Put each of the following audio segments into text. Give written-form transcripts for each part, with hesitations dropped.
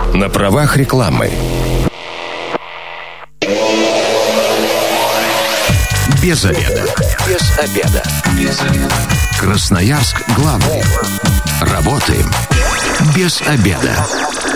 На правах рекламы. Без обеда. Без обеда. Без обеда. Красноярск главный. Работаем без обеда.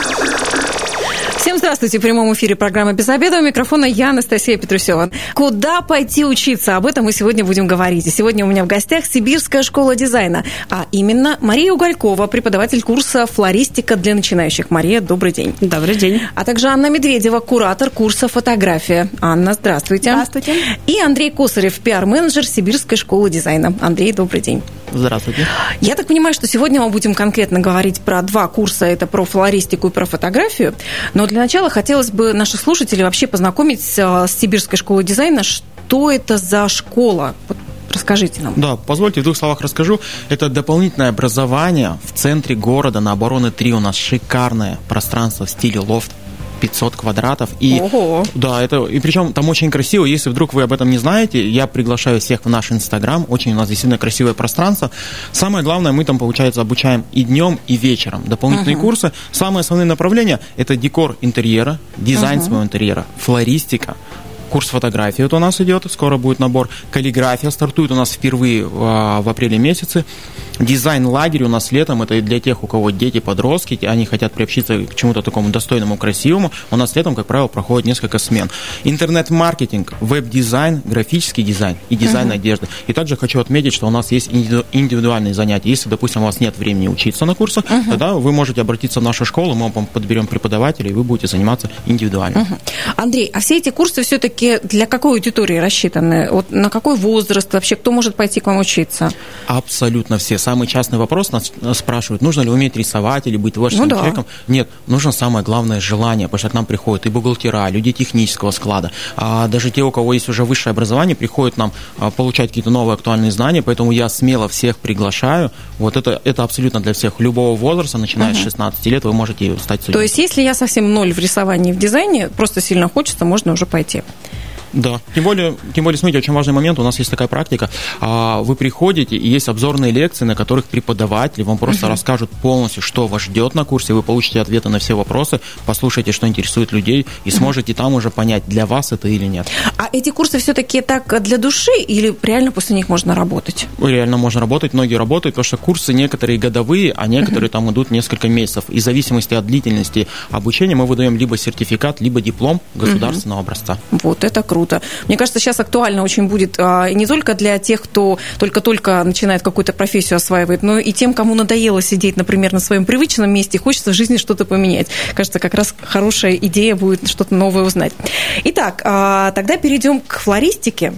Всем здравствуйте. В прямом эфире программы «Без обеда». У микрофона я, Анастасия Петрусева. Куда пойти учиться? Об этом мы сегодня будем говорить. И сегодня у меня в гостях Сибирская школа дизайна. А именно Мария Уголькова, преподаватель курса «Флористика для начинающих». Мария, добрый день. Добрый день. А также Анна Медведева, куратор курса «Фотография». Анна, здравствуйте. Здравствуйте. И Андрей Косарев, пиар-менеджер Сибирской школы дизайна. Андрей, добрый день. Здравствуйте. Я так понимаю, что сегодня мы будем конкретно говорить про два курса. Это про флористику и про фотографию. Но для начала хотелось бы наших слушателей вообще познакомить с Сибирской школой дизайна. Что это за школа? Вот расскажите нам. Да, позвольте в двух словах расскажу. Это дополнительное образование в центре города на Обороны 3. У нас шикарное пространство в стиле лофт. 500 квадратов. И, ого! Да, это, и причем там очень красиво. Если вдруг вы об этом не знаете, я приглашаю всех в наш Инстаграм. Очень у нас действительно красивое пространство. Самое главное, мы там, получается, обучаем и днем, и вечером. Дополнительные курсы. Самые основные направления – это декор интерьера, дизайн своего интерьера, флористика. Курс фотографии вот у нас идет, скоро будет набор. Каллиграфия стартует у нас впервые в апреле месяце. Дизайн-лагерь у нас летом, это для тех, у кого дети, подростки, они хотят приобщиться к чему-то такому достойному, красивому. У нас летом, как правило, проходит несколько смен. Интернет-маркетинг, веб-дизайн, графический дизайн и дизайн одежды. И также хочу отметить, что у нас есть индивидуальные занятия. Если, допустим, у вас нет времени учиться на курсах, тогда вы можете обратиться в нашу школу, мы вам подберем преподавателей, и вы будете заниматься индивидуально. Андрей, а все эти курсы все-таки для какой аудитории рассчитаны? Вот на какой возраст вообще? Кто может пойти к вам учиться? Абсолютно все. Самый частый вопрос нас спрашивают, нужно ли уметь рисовать или быть творческим человеком. Нет, нужно самое главное желание, потому что к нам приходят и бухгалтера, люди технического склада, а даже те, у кого есть уже высшее образование, приходят нам получать какие-то новые актуальные знания, поэтому я смело всех приглашаю. Вот это абсолютно для всех. Любого возраста, начиная с 16 лет, вы можете стать студентом. То есть, если я совсем ноль в рисовании и в дизайне, просто сильно хочется, можно уже пойти? Да, тем более, смотрите, очень важный момент, у нас есть такая практика, вы приходите, и есть обзорные лекции, на которых преподаватели вам просто расскажут полностью, что вас ждет на курсе, вы получите ответы на все вопросы, послушайте, что интересует людей, и сможете там уже понять, для вас это или нет. А эти курсы все-таки так для души, или реально после них можно работать? Реально можно работать, многие работают, потому что курсы некоторые годовые, а некоторые там идут несколько месяцев, и в зависимости от длительности обучения мы выдаем либо сертификат, либо диплом государственного образца. Вот это круто. Мне кажется, сейчас актуально очень будет не только для тех, кто только-только начинает какую-то профессию осваивать, но и тем, кому надоело сидеть, например, на своем привычном месте, хочется в жизни что-то поменять. Кажется, как раз хорошая идея будет что-то новое узнать. Итак, тогда перейдем к флористике.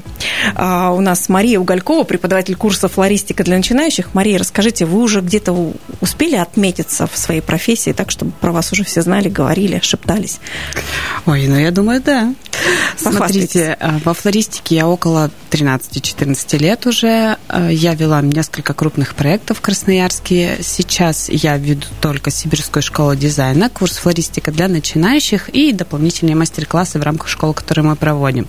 У нас Мария Уголькова, преподаватель курса «Флористика для начинающих». Мария, расскажите, вы уже где-то успели отметиться в своей профессии так, чтобы про вас уже все знали, говорили, шептались? Ой, я думаю, да. Смотрите, во флористике я около 13-14 лет уже. Я вела несколько крупных проектов в Красноярске. Сейчас я веду только Сибирскую школу дизайна, курс «Флористика для начинающих» и дополнительные мастер-классы в рамках школы, которые мы проводим.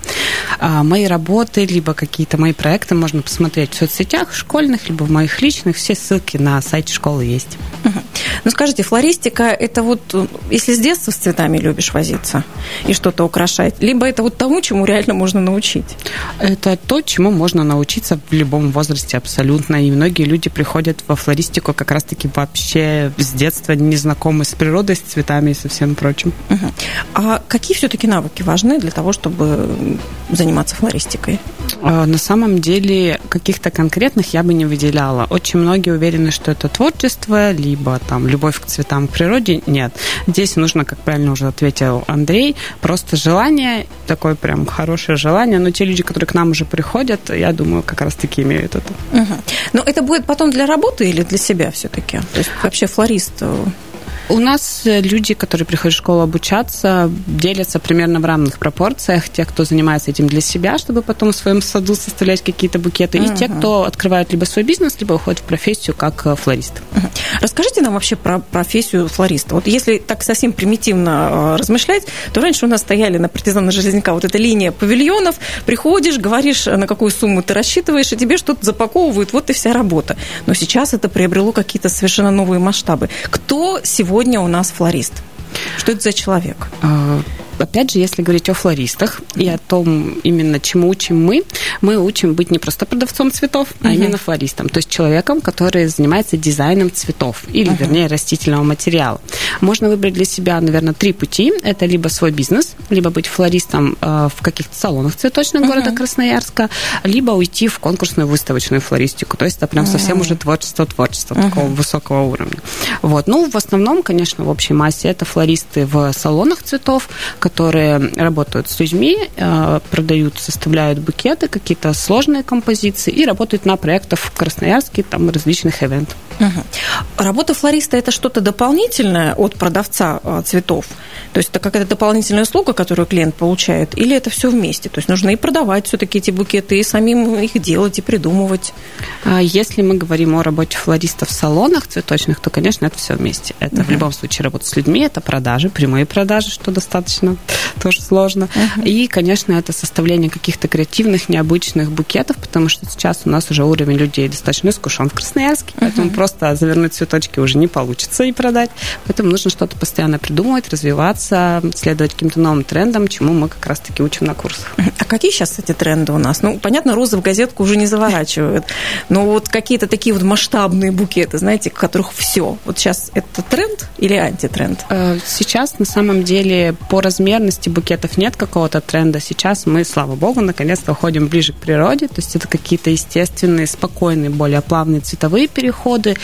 Мои работы, либо какие-то мои проекты можно посмотреть в соцсетях школьных, либо в моих личных. Все ссылки на сайте школы есть. Ну, скажите, флористика – это вот, если с детства с цветами любишь возиться и что-то украшать, либо это вот тому, чему реально можно научить? Это то, чему можно научиться в любом возрасте абсолютно. И многие люди приходят во флористику как раз-таки вообще с детства не знакомы с природой, с цветами и со всем прочим. А какие все-таки навыки важны для того, чтобы заниматься флористикой? На самом деле каких-то конкретных я бы не выделяла. Очень многие уверены, что это творчество, либо там любовь к цветам, к природе. Нет. Здесь нужно, как правильно уже ответил Андрей, просто желание, такое прям хорошее желание. Но те люди, которые к нам уже приходят, я думаю, как раз-таки имеют это. Но это будет потом для работы или для себя все-таки? То есть вообще флорист... У нас люди, которые приходят в школу обучаться, делятся примерно в равных пропорциях. Те, кто занимается этим для себя, чтобы потом в своем саду составлять какие-то букеты, и те, кто открывают либо свой бизнес, либо уходят в профессию как флорист. Расскажите нам вообще про профессию флориста. Вот если так совсем примитивно размышлять, то раньше у нас стояли на партизана Железняка вот эта линия павильонов. Приходишь, говоришь, на какую сумму ты рассчитываешь, и тебе что-то запаковывают, вот и вся работа. Но сейчас это приобрело какие-то совершенно новые масштабы. Кто сегодня у нас флорист? Что это за человек? Опять же, если говорить о флористах и о том, именно чему учим мы учим быть не просто продавцом цветов, а именно флористом, то есть человеком, который занимается дизайном цветов или, вернее, растительного материала. Можно выбрать для себя, наверное, 3 пути. Это либо свой бизнес, либо быть флористом в каких-то салонах цветочных города Красноярска, либо уйти в конкурсную выставочную флористику. То есть это прям совсем уже творчество такого высокого уровня. Вот. Ну, в основном, конечно, в общей массе это флористы в салонах цветов, которые работают с людьми, продают, составляют букеты, какие-то сложные композиции и работают на проектах в Красноярске, там различных ивентов. Работа флориста – это что-то дополнительное от продавца цветов? То есть это какая-то дополнительная услуга, которую клиент получает, или это все вместе? То есть нужно и продавать все-таки эти букеты, и самим их делать, и придумывать? Если мы говорим о работе флориста в салонах цветочных, то, конечно, это все вместе. Это в любом случае работа с людьми, это продажи, прямые продажи, что достаточно тоже сложно. И, конечно, это составление каких-то креативных, необычных букетов, потому что сейчас у нас уже уровень людей достаточно искушен в Красноярске, поэтому просто завернуть цветочки уже не получится и продать. Поэтому нужно что-то постоянно придумывать, развиваться, следовать каким-то новым трендам, чему мы как раз-таки учим на курсах. А какие сейчас эти тренды у нас? Ну, понятно, розы в газетку уже не заворачивают, но вот какие-то такие вот масштабные букеты, знаете, в которых все. Вот сейчас это тренд или антитренд? Сейчас, на самом деле, по размерности букетов нет какого-то тренда. Сейчас мы, слава богу, наконец-то уходим ближе к природе, то есть это какие-то естественные, спокойные, более плавные цветовые переходы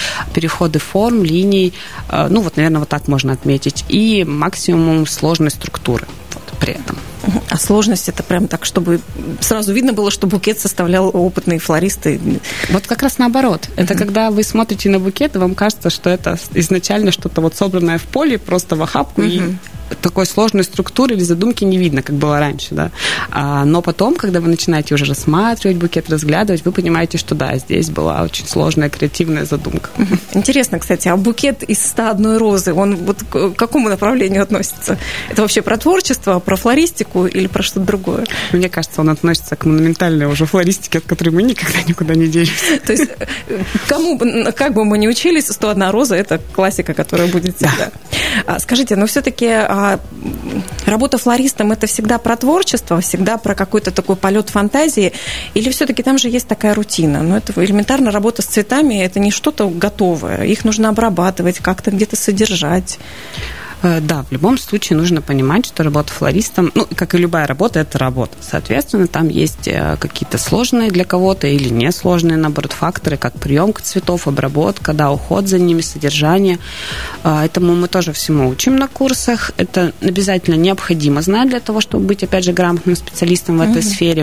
форм, линий, ну вот, наверное, вот так можно отметить, и максимум сложной структуры вот, при этом. А сложность это прям так, чтобы сразу видно было, что букет составлял опытные флористы? Вот как раз наоборот. Это когда вы смотрите на букет, и вам кажется, что это изначально что-то вот собранное в поле, просто в охапку, и такой сложной структуры или задумки не видно, как было раньше, да. Но потом, когда вы начинаете уже рассматривать букет, разглядывать, вы понимаете, что да, здесь была очень сложная креативная задумка. Интересно, кстати, а букет из 101 розы, он вот к какому направлению относится? Это вообще про творчество, про флористику или про что-то другое? Мне кажется, он относится к монументальной уже флористике, от которой мы никуда не денемся. То есть, как бы мы ни учились, 101 роза – это классика, которая будет всегда. Да. Скажите, но все-таки работа флористом – это всегда про творчество, всегда про какой-то такой полет фантазии, или все-таки там же есть такая рутина? Но это элементарно работа с цветами, это не что-то готовое, их нужно обрабатывать, как-то где-то содержать. Да, в любом случае нужно понимать, что работа флористом, ну, как и любая работа, это работа. Соответственно, там есть какие-то сложные для кого-то или несложные, наоборот, факторы, как приемка цветов, обработка, да, уход за ними, содержание. Этому мы тоже всему учим на курсах. Это обязательно необходимо знать для того, чтобы быть, опять же, грамотным специалистом в этой сфере.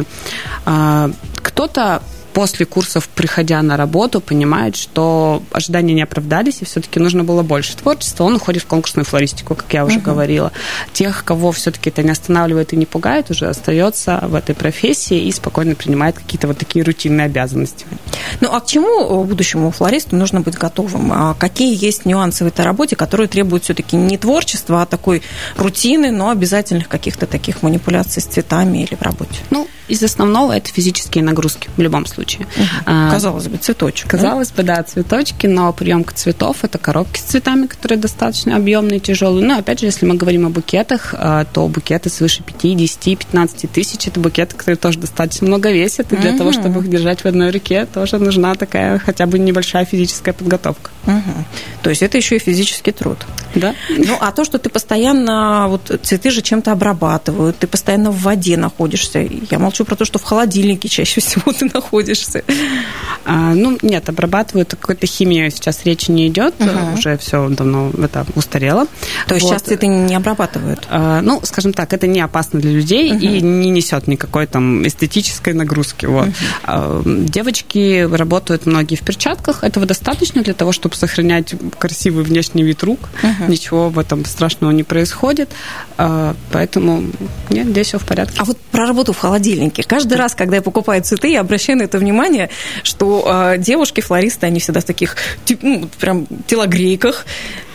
Кто-то после курсов, приходя на работу, понимает, что ожидания не оправдались, и все-таки нужно было больше творчества, он уходит в конкурсную флористику, как я уже говорила. Тех, кого все-таки это не останавливает и не пугает, уже остается в этой профессии и спокойно принимает какие-то вот такие рутинные обязанности. Ну, а к чему будущему флористу нужно быть готовым? А какие есть нюансы в этой работе, которые требуют все-таки не творчества, а такой рутины, но обязательных каких-то таких манипуляций с цветами или в работе? Ну, из основного это физические нагрузки в любом случае. Казалось бы, цветочек. Казалось бы, да, цветочки, но приемка цветов – это коробки с цветами, которые достаточно объемные, тяжелые. Но, опять же, если мы говорим о букетах, то букеты свыше 5, 10, 15 тысяч – это букеты, которые тоже достаточно много весят, и для того, чтобы их держать в одной руке, тоже нужна такая хотя бы небольшая физическая подготовка. То есть это еще и физический труд. Да. Ну, а то, что ты постоянно, вот цветы же чем-то обрабатывают, ты постоянно в воде находишься. Я молчу про то, что в холодильнике чаще всего ты находишься. Ну, нет, обрабатывают, о какой-то химии сейчас речи не идет, уже все давно это устарело. То есть сейчас цветы не обрабатывают? Ну, скажем так, это не опасно для людей и не несет никакой там эстетической нагрузки. Вот. Девочки работают многие в перчатках, этого достаточно для того, чтобы сохранять красивый внешний вид рук. Ничего в этом страшного не происходит, поэтому нет, здесь все в порядке. А вот про работу в холодильнике маленьких. Каждый раз, когда я покупаю цветы, я обращаю на это внимание, что девушки-флористы, они всегда в таких прям телогрейках.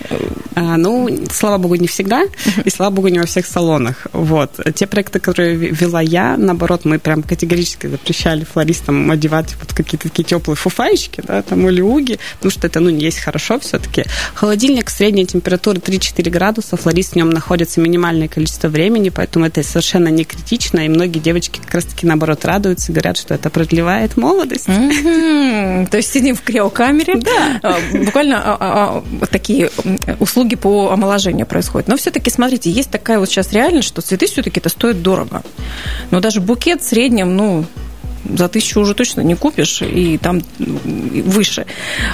Слава богу, не всегда, и слава богу, не во всех салонах. Вот. Те проекты, которые вела я, наоборот, мы прям категорически запрещали флористам одевать вот какие-то такие теплые фуфайчики, да, там, или уги, потому что это, не есть хорошо все-таки. Холодильник средней температуры 3-4 градуса, флорист в нем находится минимальное количество времени, поэтому это совершенно не критично, и многие девочки как раз-таки, наоборот, радуются, говорят, что это продлевает молодость. То есть сидим в криокамере, буквально такие услуги по омоложению происходят. Но все-таки, смотрите, есть такая вот сейчас реальность, что цветы все-таки это стоит дорого. Но даже букет в среднем, за 1000 уже точно не купишь, и там выше.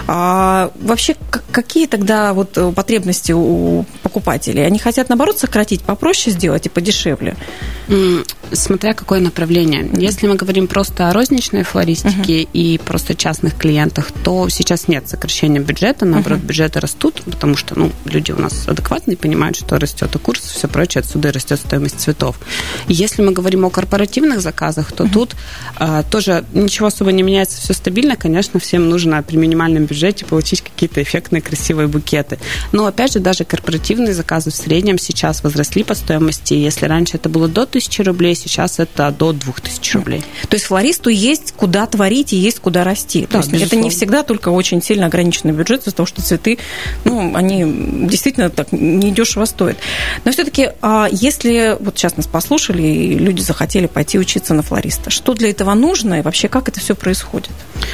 А вообще, какие тогда вот потребности у покупателей? Они хотят, наоборот, сократить, попроще сделать и подешевле? Смотря какое направление. Если мы говорим просто о розничной флористике и просто частных клиентах, то сейчас нет сокращения бюджета, наоборот, бюджеты растут, потому что люди у нас адекватные, понимают, что растет и курс, все прочее, отсюда и растет стоимость цветов. И если мы говорим о корпоративных заказах, то тут тоже ничего особо не меняется, все стабильно. Конечно, всем нужно при минимальном бюджете получить какие-то эффектные, красивые букеты. Но, опять же, даже корпоративные заказы в среднем сейчас возросли по стоимости. Если раньше это было до 1000 рублей, сейчас это до 2000 рублей. То есть флористу есть куда творить и есть куда расти. Да, то есть это не всегда только очень сильно ограниченный бюджет из-за того, что цветы, они действительно так недешево стоят. Но все-таки, если вот сейчас нас послушали, и люди захотели пойти учиться на флориста, что для этого нужно и вообще как это все происходит?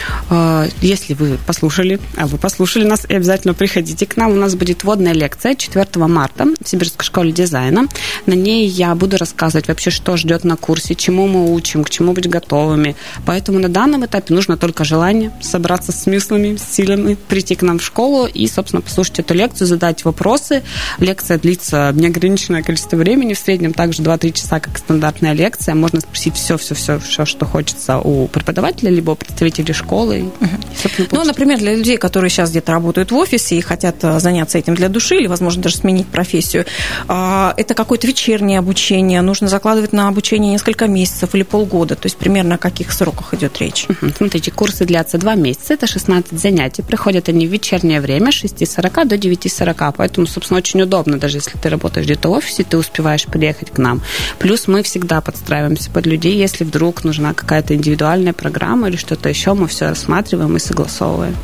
Если вы послушали нас, и обязательно приходите к нам. У нас будет вводная лекция 4 марта в Сибирской школе дизайна. На ней я буду рассказывать вообще, что ждет на курсе, чему мы учим, к чему быть готовыми. Поэтому на данном этапе нужно только желание собраться с мыслями, с силами, прийти к нам в школу и, собственно, послушать эту лекцию, задать вопросы. Лекция длится неограниченное количество времени, в среднем также 2-3 часа, как стандартная лекция. Можно спросить все, что хочется у преподавателя, либо у представителей школы. Например, для людей, которые сейчас где-то работают в офисе и хотят заняться этим для души или, возможно, даже сменить профессию, это какое-то вечернее обучение, нужно закладывать на обучение несколько месяцев или полгода, то есть примерно о каких сроках идет речь? Смотрите, курсы длятся 2 месяца, это 16 занятий, приходят они в вечернее время с 6:40 до 9:40, поэтому, собственно, очень удобно, даже если ты работаешь где-то в офисе, ты успеваешь приехать к нам. Плюс мы всегда подстраиваемся под людей, если вдруг нужна какая-то индивидуальная программа или что-то еще, мы все рассматриваем и согласовываем.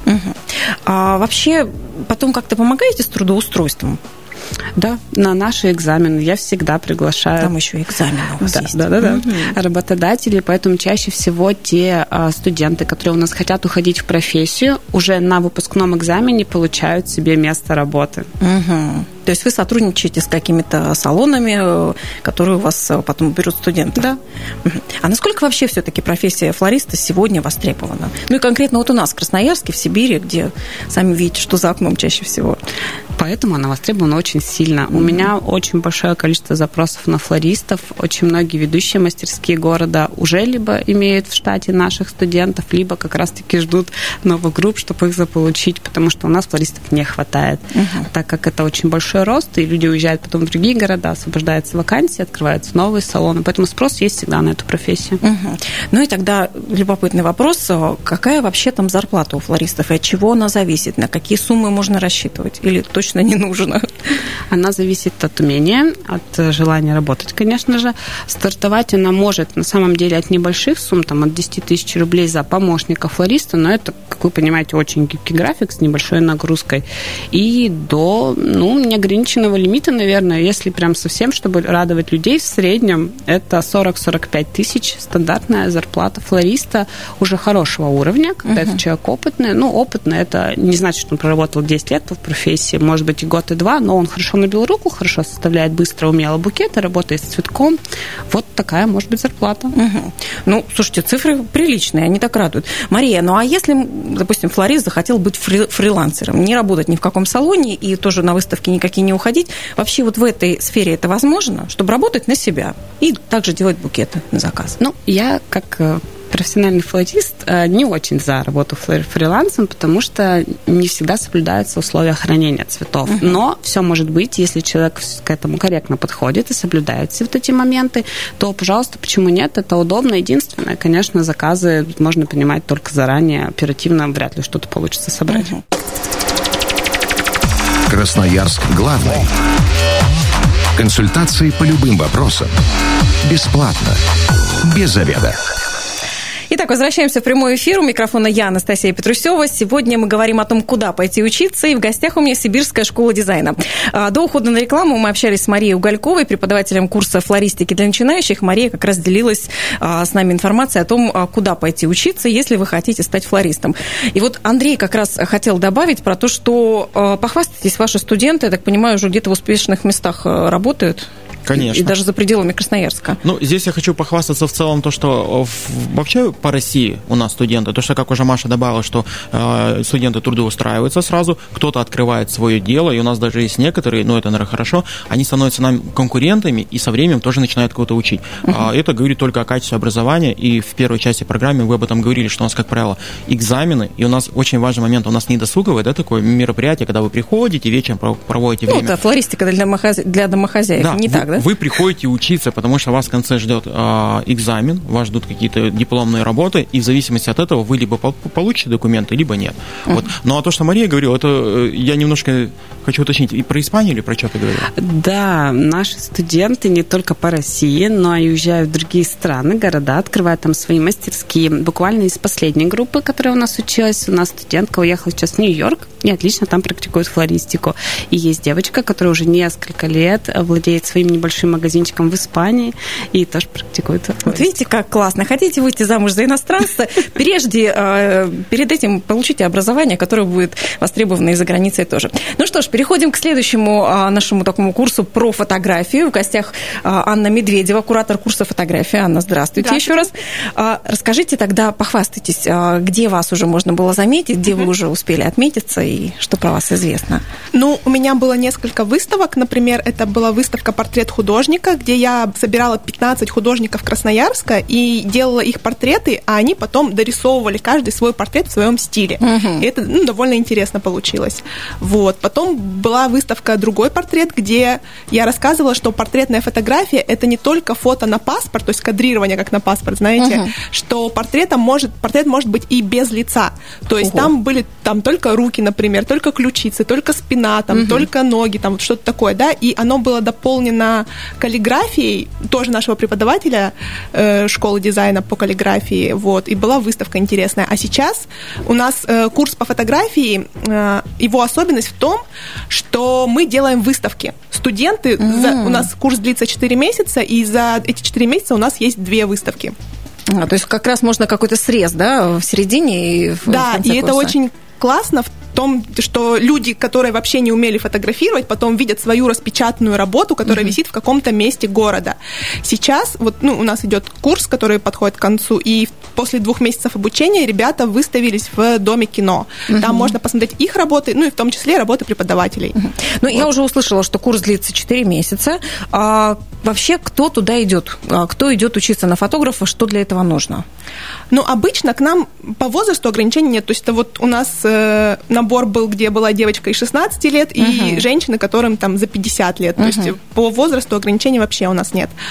А вообще потом как-то помогаете с трудоустройством? Да, на наши экзамены я всегда приглашаю. Там еще экзамены у вас есть. Да. Работодатели, поэтому чаще всего те студенты, которые у нас хотят уходить в профессию, уже на выпускном экзамене получают себе место работы. То есть вы сотрудничаете с какими-то салонами, которые у вас потом берут студентов? Да. А насколько вообще все-таки профессия флориста сегодня востребована? И конкретно вот у нас в Красноярске, в Сибири, где сами видите, что за окном чаще всего. Поэтому она востребована очень сильно. У меня очень большое количество запросов на флористов. Очень многие ведущие мастерские города уже либо имеют в штате наших студентов, либо как раз-таки ждут новых групп, чтобы их заполучить, потому что у нас флористов не хватает. Так как это очень большой рост, и люди уезжают потом в другие города, освобождаются вакансии, открываются новые салоны. Поэтому спрос есть всегда на эту профессию. И тогда любопытный вопрос. Какая вообще там зарплата у флористов? И от чего она зависит? На какие суммы можно рассчитывать? Или точно не нужно? Она зависит от умения, от желания работать, конечно же. Стартовать она может, на самом деле, от небольших сумм, от 10 тысяч рублей за помощника флориста, но это, как вы понимаете, очень гибкий график с небольшой нагрузкой. И до, неограниченного лимита, наверное, если прям совсем, чтобы радовать людей, в среднем это 40-45 тысяч стандартная зарплата флориста уже хорошего уровня, когда это человек опытный. Опытный, это не значит, что он проработал 10 лет в профессии, может быть, и год, и 2, но он хорошо набил руку, хорошо составляет быстро, умело букеты, работает с цветком. Вот такая может быть зарплата. Слушайте, цифры приличные, они так радуют. Мария, а если, допустим, флорист захотел быть фрилансером, не работать ни в каком салоне и тоже на выставки никакие не уходить, вообще вот в этой сфере это возможно, чтобы работать на себя и также делать букеты на заказ? Я как профессиональный флорист не очень за работу фрилансом, потому что не всегда соблюдаются условия хранения цветов. Но все может быть, если человек к этому корректно подходит и соблюдает все вот эти моменты, то, пожалуйста, почему нет? Это удобно. Единственное, конечно, заказы можно принимать только заранее, оперативно вряд ли что-то получится собрать. Красноярск главный. Консультации по любым вопросам. Бесплатно. Без заведа. Итак, возвращаемся в прямой эфир. У микрофона я, Анастасия Петрусева. Сегодня мы говорим о том, куда пойти учиться. И в гостях у меня Сибирская школа дизайна. До ухода на рекламу мы общались с Марией Угольковой, преподавателем курса флористики для начинающих. Мария как раз делилась с нами информацией о том, куда пойти учиться, если вы хотите стать флористом. И вот Андрей как раз хотел добавить про то, что похвастайтесь, ваши студенты, я так понимаю, уже где-то в успешных местах работают. Конечно. И даже за пределами Красноярска. Ну, здесь я хочу похвастаться в целом то, что вообще по России у нас студенты, то, что, как уже Маша добавила, что студенты трудоустраиваются сразу, кто-то открывает свое дело, и у нас даже есть некоторые, ну, это, наверное, хорошо, они становятся нам конкурентами и со временем тоже начинают кого-то учить. Это говорит только о качестве образования, и в первой части программы вы об этом говорили, что у нас, как правило, экзамены, и у нас очень важный момент, у нас не досуговое, да, такое мероприятие, когда вы приходите, вечером проводите время. Ну, это флористика для домохозяев, да, не так, да? Вы приходите учиться, потому что вас в конце ждет экзамен, вас ждут какие-то дипломные работы, и в зависимости от этого вы либо получите документы, либо нет. Вот. Ну, а то, что Мария говорила, это я немножко хочу уточнить, и про Испанию или про что ты говорила? Да, наши студенты не только по России, но и уезжают в другие страны, города, открывают там свои мастерские. Буквально из последней группы, которая у нас училась, у нас студентка уехала сейчас в Нью-Йорк и отлично там практикует флористику. И есть девочка, которая уже несколько лет владеет своим небольшим магазинчиком в Испании и тоже практикует флористику. Вот видите, как классно. Хотите выйти замуж за иностранца? Перед этим получите образование, которое будет востребовано и за границей тоже. Ну что ж, переходим к следующему нашему такому курсу про фотографию. В гостях Анна Медведева, куратор курса фотографии. Анна, здравствуйте еще раз. Расскажите тогда, похвастайтесь, где вас уже можно было заметить, где вы уже успели отметиться и что про вас известно? Ну, у меня было несколько выставок. Например, это была выставка «Портрет художника», где я собирала 15 художников Красноярска и делала их портреты, а они потом дорисовывали каждый свой портрет в своем стиле. И это довольно интересно получилось. Вот. Потом была выставка «Другой портрет», где я рассказывала, что портретная фотография – это не только фото на паспорт, то есть кадрирование, как на паспорт, знаете, что портрет может быть и без лица. То есть там были только руки, например, только ключицы, только спина, только ноги, вот что-то такое, да, и оно было дополнено каллиграфией, тоже нашего преподавателя школы дизайна по каллиграфии, вот, и была выставка интересная. А сейчас у нас курс по фотографии, его особенность в том, что мы делаем выставки. Студенты, у нас курс длится 4 месяца, и за эти 4 месяца у нас есть 2 выставки. То есть как раз можно какой-то срез, да, в середине и в да, конце и это курса. очень классно в том, что люди, которые вообще не умели фотографировать, потом видят свою распечатанную работу, которая висит в каком-то месте города. Сейчас у нас идет курс, который подходит к концу, и после 2 месяцев обучения ребята выставились в Доме кино. Там можно посмотреть их работы, и в том числе работы преподавателей. Ну, я уже услышала, что курс длится 4 месяца. Вообще, кто туда идет? Кто идет учиться на фотографа? Что для этого нужно? Ну, обычно к нам по возрасту ограничений нет. То есть это вот у нас набор был, где была девочка из 16 лет и женщины, которым там за 50 лет. То есть по возрасту ограничений вообще у нас нет.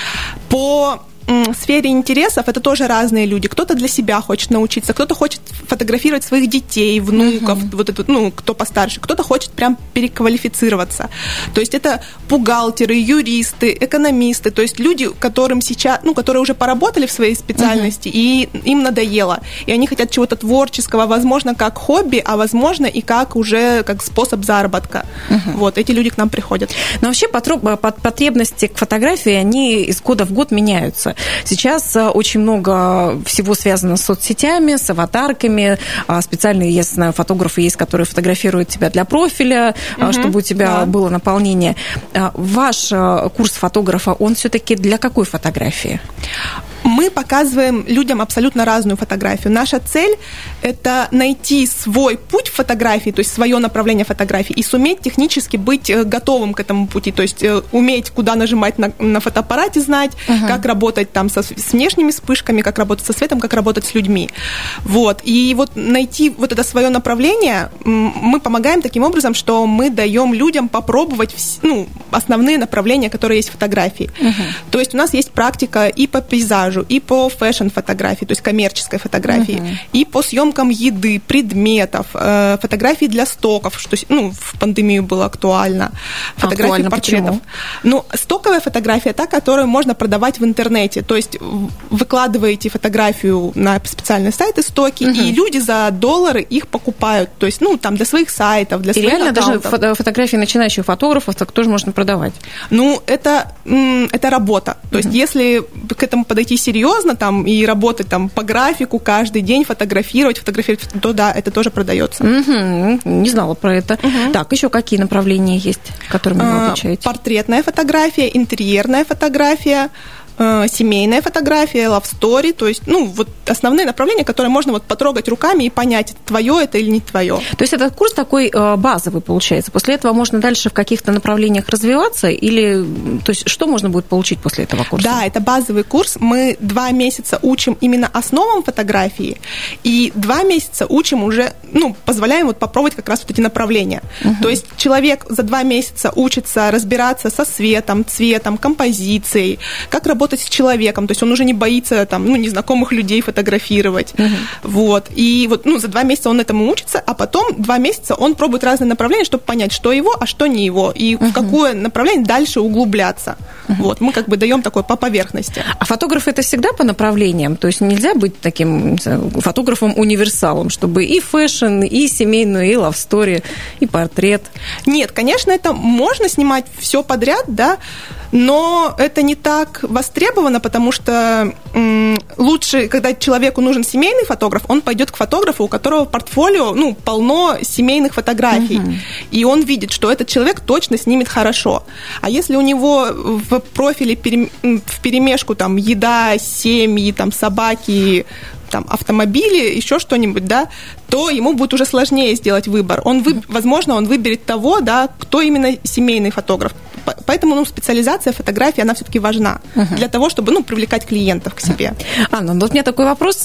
По сфере интересов это тоже разные люди. Кто-то для себя хочет научиться, кто-то хочет фотографировать своих детей, внуков, вот это, кто постарше, кто-то хочет прям переквалифицироваться. То есть это бухгалтеры, юристы, экономисты, то есть люди, которым сейчас, которые уже поработали в своей специальности, и им надоело. И они хотят чего-то творческого, возможно, как хобби, а возможно и как уже как способ заработка. Вот, эти люди к нам приходят. Но вообще потребности к фотографии, они из года в год меняются. Сейчас очень много всего связано с соцсетями, с аватарками. Специальные, я знаю, фотографы есть, которые фотографируют тебя для профиля, чтобы у тебя было наполнение. Ваш курс фотографа, он все-таки для какой фотографии? Мы показываем людям абсолютно разную фотографию. Наша цель – это найти свой путь в фотографии, то есть свое направление фотографии, и суметь технически быть готовым к этому пути, то есть уметь, куда нажимать на фотоаппарате, знать, как работать там с внешними вспышками, как работать со светом, как работать с людьми. Вот. И вот найти вот это свое направление мы помогаем таким образом, что мы даем людям попробовать основные направления, которые есть в фотографии. То есть у нас есть практика и по пейзажу, и по фэшн-фотографии, то есть коммерческой фотографии, и по съемкам еды, предметов, фотографии для стоков, что в пандемию было актуально. Фотографии портретов. Почему? Стоковая фотография та, которую можно продавать в интернете. То есть выкладываете фотографию на специальные сайты стоки, и люди за $1 их покупают. То есть, там для своих сайтов, для своих реально аккаунтов. Даже фотографии начинающих фотографов так тоже можно продавать. Это работа. То есть, если к этому подойти серьезно и работать по графику каждый день, фотографировать, то да, это тоже продается. Не знала про это. Так, еще какие направления есть, которыми вы обучаете? Портретная фотография, интерьерная фотография, семейная фотография, love story, то есть, основные направления, которые можно потрогать руками и понять, твое это или не твое. То есть этот курс такой базовый получается. После этого можно дальше в каких-то направлениях развиваться или, то есть, что можно будет получить после этого курса? Да, это базовый курс. Мы 2 месяца учим именно основам фотографии, и 2 месяца учим уже, позволяем попробовать как раз эти направления. То есть человек за 2 месяца учится разбираться со светом, цветом, композицией, как работать с человеком, то есть он уже не боится незнакомых людей фотографировать. Вот. И за 2 месяца он этому учится, а потом 2 месяца он пробует разные направления, чтобы понять, что его, а что не его, и в какое направление дальше углубляться. Вот. Мы даем такое по поверхности. А фотограф это всегда по направлениям? То есть нельзя быть таким фотографом-универсалом, чтобы и фэшн, и семейную, и лавстори, и портрет? Нет, конечно, это можно снимать все подряд, да, но это не так востребовано, потому что лучше, когда человеку нужен семейный фотограф, он пойдет к фотографу, у которого в портфолио полно семейных фотографий, и он видит, что этот человек точно снимет хорошо. А если у него в профиле вперемешку еда, семьи, собаки, автомобили, еще что-нибудь, да, то ему будет уже сложнее сделать выбор. Возможно, он выберет того, да, кто именно семейный фотограф. Поэтому специализация фотографии, она все-таки важна для того, чтобы привлекать клиентов к себе. Анна, у меня такой вопрос.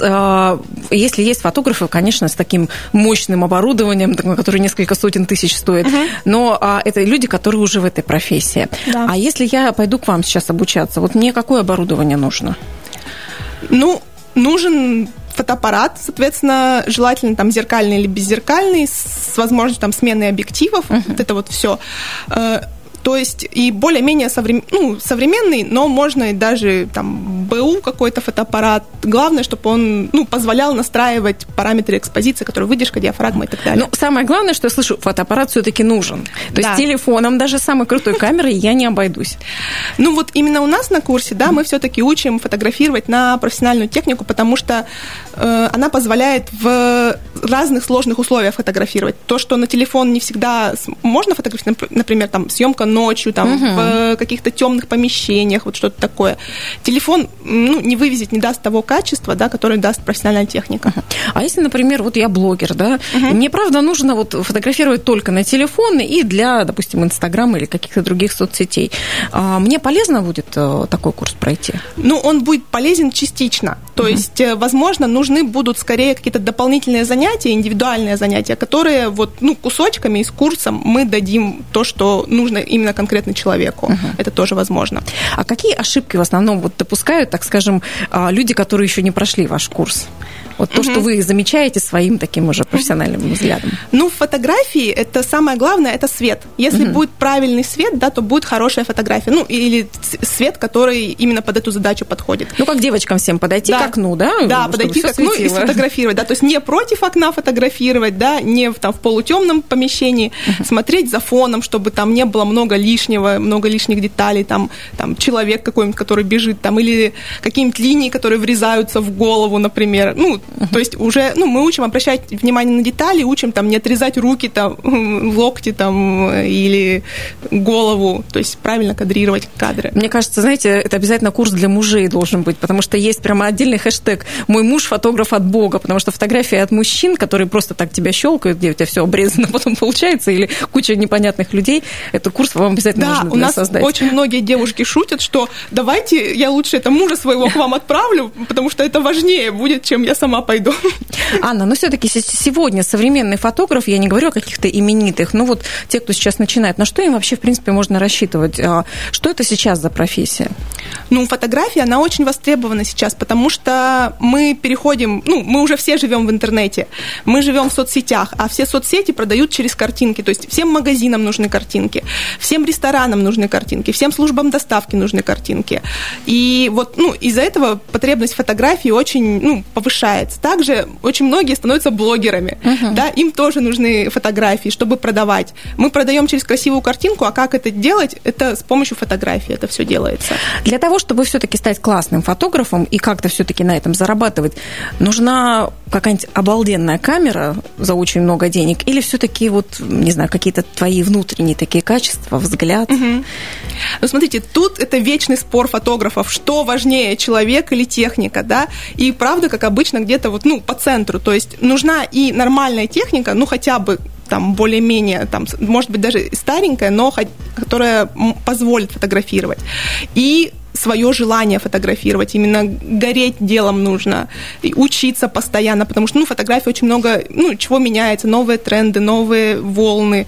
Если есть фотографы, конечно, с таким мощным оборудованием, которое несколько сотен тысяч стоит, но это люди, которые уже в этой профессии. Да. А если я пойду к вам сейчас обучаться, мне какое оборудование нужно? Нужен фотоаппарат, соответственно, желательно зеркальный или беззеркальный, с возможностью смены объективов, вот это все. То есть и более-менее современный, но можно и даже БУ какой-то фотоаппарат. Главное, чтобы он позволял настраивать параметры экспозиции, которые выдержка, диафрагма и так далее. Самое главное, что я слышу, фотоаппарат все-таки нужен. То есть телефоном, даже самой крутой камерой я не обойдусь. Именно у нас на курсе, да, мы все-таки учим фотографировать на профессиональную технику, потому что она позволяет в разных сложных условиях фотографировать. То, что на телефон не всегда можно фотографировать, например, съемка ночью, в каких-то темных помещениях, что-то такое. Телефон не вывезет, не даст того качества, да, которое даст профессиональная техника. А если, например, я блогер, да, и мне, правда, нужно фотографировать только на телефон и для, допустим, Инстаграма или каких-то других соцсетей, мне полезно будет такой курс пройти? Он будет полезен частично. То есть, возможно, нужны будут скорее какие-то дополнительные занятия, индивидуальные занятия, которые кусочками из курса мы дадим то, что нужно именно конкретно человеку. Это тоже возможно. А какие ошибки в основном допускают, так скажем, люди, которые еще не прошли ваш курс? То, что вы замечаете своим таким уже профессиональным взглядом. В фотографии это самое главное, это свет. Если будет правильный свет, да, то будет хорошая фотография. Или свет, который именно под эту задачу подходит. Как девочкам всем подойти к окну, да? Да, подойти к окну и сфотографировать. Да, то есть не против окна фотографировать, да, не в полутемном помещении, смотреть за фоном, чтобы там не было много лишних деталей, там человек какой-нибудь, который бежит, или какие-нибудь линии, которые врезаются в голову, например. То есть уже, мы учим обращать внимание на детали, учим там не отрезать руки, там, локти там, или голову, то есть правильно кадрировать кадры. Мне кажется, знаете, это обязательно курс для мужей должен быть, потому что есть прямо отдельный хэштег «Мой муж фотограф от Бога», потому что фотографии от мужчин, которые просто так тебя щелкают, где у тебя все обрезано потом получается, или куча непонятных людей, этот курс вам обязательно нужно создать. Да, у нас очень многие девушки шутят, что давайте я лучше это мужа своего к вам отправлю, потому что это важнее будет, чем я сама пойду. Анна, но все-таки сегодня современный фотограф, я не говорю о каких-то именитых, но вот те, кто сейчас начинает, на что им вообще, в принципе, можно рассчитывать? Что это сейчас за профессия? Фотография, она очень востребована сейчас, потому что мы переходим, мы уже все живем в интернете, мы живем в соцсетях, а все соцсети продают через картинки, то есть всем магазинам нужны картинки, всем ресторанам нужны картинки, всем службам доставки нужны картинки. И вот, из-за этого потребность фотографии очень, повышается. Также очень многие становятся блогерами, да, им тоже нужны фотографии, чтобы продавать. Мы продаем через красивую картинку, а как это делать? Это с помощью фотографии это все делается. Для того, чтобы все-таки стать классным фотографом и как-то все-таки на этом зарабатывать, нужна какая-нибудь обалденная камера за очень много денег или все-таки не знаю, какие-то твои внутренние такие качества, взгляд? Смотрите, тут это вечный спор фотографов, что важнее, человек или техника, да? И правда, как обычно, где-то по центру. То есть нужна и нормальная техника, хотя бы там более-менее, там, может быть, даже старенькая, но которая позволит фотографировать. И свое желание фотографировать, именно гореть делом нужно, и учиться постоянно, потому что, фотографии очень много, чего меняется, новые тренды, новые волны,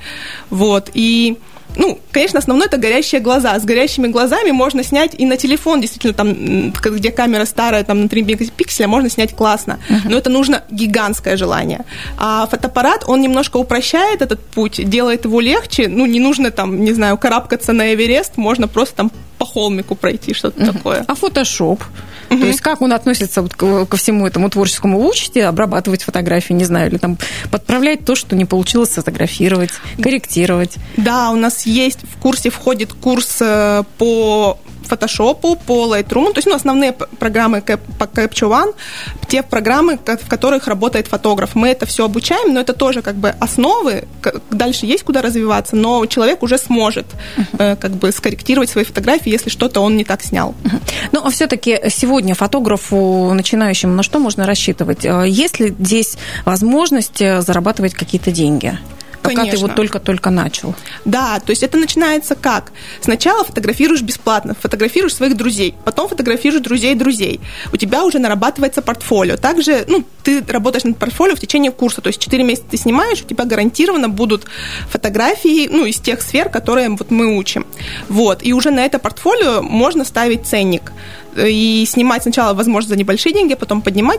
и конечно, основное это горящие глаза. С горящими глазами можно снять и на телефон, действительно, там, где камера старая, там, на 3 мегапикселя, можно снять классно. Но это нужно гигантское желание. А фотоаппарат, он немножко упрощает этот путь, делает его легче. Не нужно, там, не знаю, карабкаться на Эверест, можно просто там по холмику пройти, что-то такое. А фотошоп? То есть как он относится ко всему этому творческому? Вы учите обрабатывать фотографии, не знаю, или там подправлять то, что не получилось сфотографировать, корректировать? Да, у нас есть в курсе, входит курс по Photoshop, по Lightroom, то есть основные программы по Capture One, те программы, в которых работает фотограф. Мы это все обучаем, но это тоже основы, дальше есть куда развиваться, но человек уже сможет скорректировать свои фотографии, если что-то он не так снял. А все-таки сегодня фотографу начинающему на что можно рассчитывать? Есть ли здесь возможность зарабатывать какие-то деньги? Пока Конечно. ты только-только начал. Да, то есть это начинается как? Сначала фотографируешь бесплатно, фотографируешь своих друзей, потом фотографируешь друзей. У тебя уже нарабатывается портфолио. Также, ты работаешь над портфолио в течение курса, то есть 4 месяца ты снимаешь, у тебя гарантированно будут фотографии, из тех сфер, которые мы учим. И уже на это портфолио можно ставить ценник. И снимать сначала, возможно, за небольшие деньги, а потом поднимать.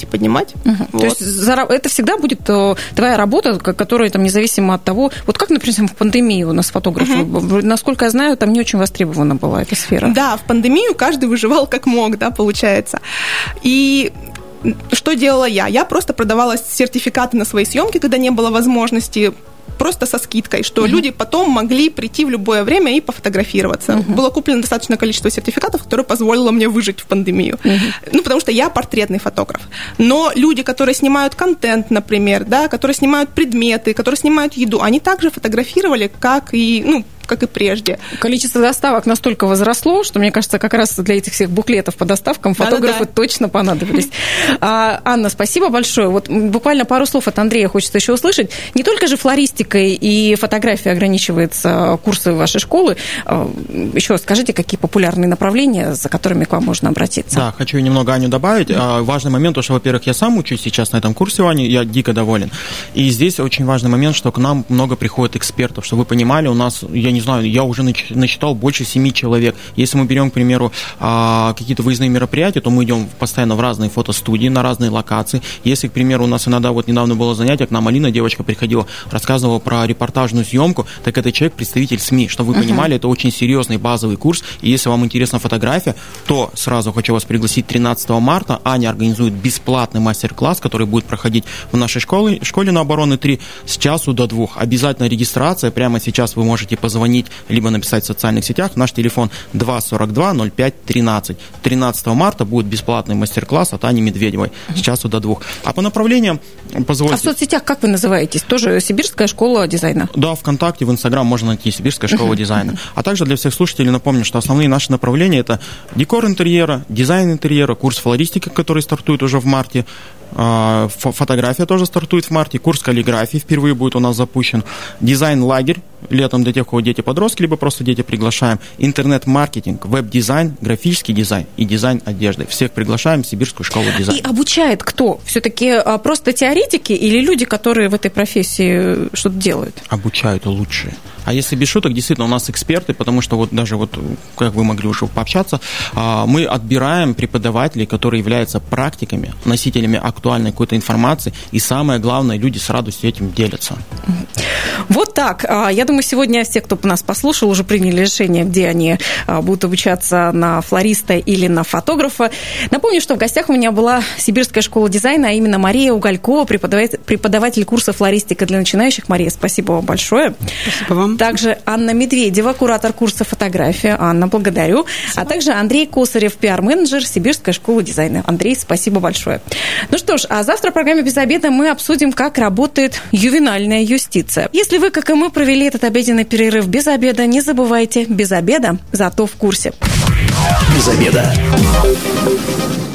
То есть это всегда будет твоя работа, которая там независимо от того, как, например, в пандемию у нас фотографы, насколько я знаю, там не очень востребована была эта сфера. Да, в пандемию каждый выживал как мог, да, получается. И что делала я? Я просто продавала сертификаты на свои съемки, когда не было возможности, просто со скидкой, что люди потом могли прийти в любое время и пофотографироваться. Было куплено достаточное количество сертификатов, которое позволило мне выжить в пандемию. Потому что я портретный фотограф. Но люди, которые снимают контент, например, да, которые снимают предметы, которые снимают еду, они также фотографировали, как и прежде. Количество доставок настолько возросло, что, мне кажется, как раз для этих всех буклетов по доставкам фотографы точно понадобились. Анна, спасибо большое. Буквально пару слов от Андрея хочется еще услышать. Не только же флористикой и фотографией ограничиваются курсы вашей школы. Еще скажите, какие популярные направления, за которыми к вам можно обратиться? Да, хочу немного Аню добавить. Важный момент, что, во-первых, я сам учусь сейчас на этом курсе, Ани, я дико доволен. И здесь очень важный момент, что к нам много приходит экспертов, чтобы вы понимали, у нас, я уже насчитал больше 7 человек. Если мы берем, к примеру, какие-то выездные мероприятия, то мы идем постоянно в разные фотостудии, на разные локации. Если, к примеру, у нас иногда, недавно было занятие, к нам Алина, девочка, приходила, рассказывала про репортажную съемку, так это человек, представитель СМИ, чтобы вы понимали, это очень серьезный базовый курс, и если вам интересна фотография, то сразу хочу вас пригласить 13 марта. Аня организует бесплатный мастер-класс, который будет проходить в нашей школе на Обороны 3 с часу до 2. Обязательно регистрация, прямо сейчас вы можете позвонить позвонить, либо написать в социальных сетях. Наш телефон 242-05-13. 13 марта будет бесплатный мастер-класс от Ани Медведевой с часу до 2. А по направлениям, позвольте... А в соцсетях как вы называетесь? Тоже Сибирская школа дизайна? Да, ВКонтакте, в Инстаграм можно найти Сибирская школа дизайна. А также для всех слушателей напомню, что основные наши направления – это декор интерьера, дизайн интерьера, курс флористики, который стартует уже в марте, фотография тоже стартует в марте, курс каллиграфии впервые будет у нас запущен, дизайн-лагерь летом для тех, у кого дети-подростки, либо просто дети приглашаем, интернет-маркетинг, веб-дизайн, графический дизайн и дизайн одежды. Всех приглашаем в Сибирскую школу дизайна. И обучает кто? Все-таки просто теоретики или люди, которые в этой профессии что-то делают? Обучают лучшие. А если без шуток, действительно, у нас эксперты, потому что вот даже вот, как вы могли уже пообщаться, мы отбираем преподавателей, которые являются практиками, носителями актуальной какой-то информации, и самое главное, люди с радостью этим делятся. Вот так. Я думаю, сегодня все, кто нас послушал, уже приняли решение, где они будут обучаться, на флориста или на фотографа. Напомню, что в гостях у меня была Сибирская школа дизайна, а именно Мария Уголькова, преподаватель курса «Флористика для начинающих». Мария, спасибо вам большое. Спасибо вам. Также Анна Медведева, куратор курса «Фотография». Анна, благодарю. Спасибо. А также Андрей Косарев, пиар-менеджер Сибирской школы дизайна. Андрей, спасибо большое. Ну что ж, а завтра в программе «Без обеда» мы обсудим, как работает ювенальная юстиция. Если вы, как и мы, провели этот обеденный перерыв без обеда, не забывайте, без обеда, зато в курсе. Без обеда.